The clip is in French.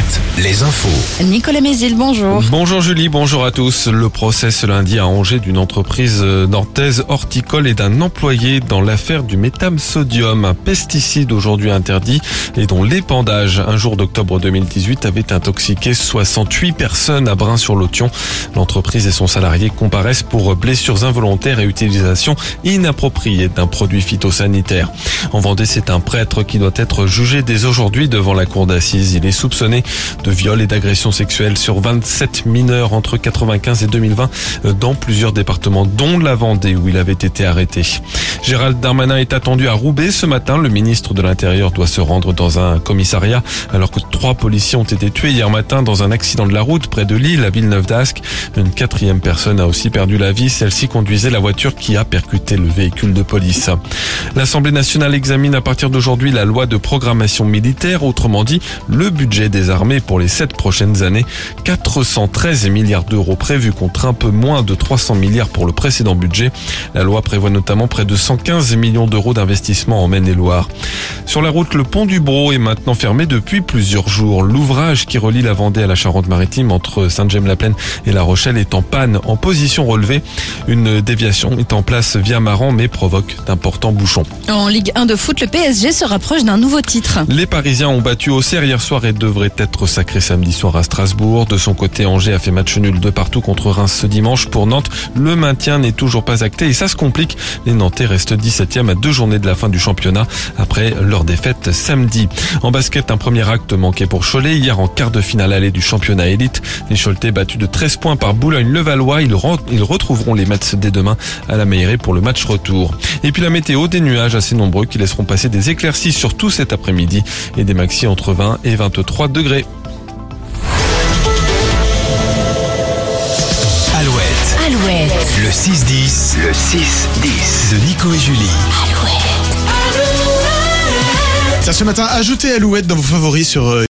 Alouette, les infos. Nicolas Mézil, bonjour. Bonjour Julie, bonjour à tous. Le procès ce lundi à Angers d'une entreprise nantaise horticole et d'un employé dans l'affaire du métam-sodium, un pesticide aujourd'hui interdit et dont l'épandage un jour d'octobre 2018 avait intoxiqué 68 personnes à Brain-sur-l'Authion. L'entreprise et son salarié comparaissent pour blessures involontaires et utilisation inappropriée d'un produit phytosanitaire. En Vendée, c'est un prêtre qui doit être jugé dès aujourd'hui devant la cour d'assises. Il est soupçonné de viol et d'agression sexuelle sur 27 mineurs entre 1995 et 2020 dans plusieurs départements, dont la Vendée où il avait été arrêté. Gérald Darmanin est attendu à Roubaix ce matin. Le ministre de l'Intérieur doit se rendre dans un commissariat alors que 3 policiers ont été tués hier matin dans un accident de la route près de Lille, à Villeneuve-d'Ascq. Une 4e personne a aussi perdu la vie. Celle-ci conduisait la voiture qui a percuté le véhicule de police. L'Assemblée nationale examine à partir d'aujourd'hui la loi de programmation militaire, autrement dit le budget des armées pour les 7 prochaines années. 413 milliards d'euros prévus contre un peu moins de 300 milliards pour le précédent budget. La loi prévoit notamment près de 115 millions d'euros d'investissement en Maine-et-Loire. Sur la route, le pont du Brau est maintenant fermé depuis plusieurs jours. L'ouvrage qui relie la Vendée à la Charente-Maritime entre Saint-Gemme-la-Plaine et La Rochelle est en panne, en position relevée. Une déviation est en place via Maran mais provoque d'importants bouchons. En Ligue 1 de foot, le PSG se rapproche d'un nouveau titre. Les Parisiens ont battu Auxerre hier soir et devraient être sacrés samedi soir à Strasbourg. De son côté, Angers a fait match nul de partout contre Reims ce dimanche. Pour Nantes, le maintien n'est toujours pas acté et ça se complique. Les Nantais restent 17e à 2 journées de la fin du championnat après leur défaite samedi. En basket, un premier acte manqué pour Cholet. Hier, en quart de finale allée du championnat élite, les Choletais battus de 13 points par Boulogne-le-Valois. Ils retrouveront les Mets dès demain à la Meilleray pour le match retour. Et puis la météo, des nuages assez nombreux qui laisseront passer des éclaircies surtout cet après-midi et des maxis entre 20 et 23 degrés. Alouette, le 6-10. Le 6-10 de Nico et Julie. Tiens, ce matin, ajoutez Alouette dans vos favoris sur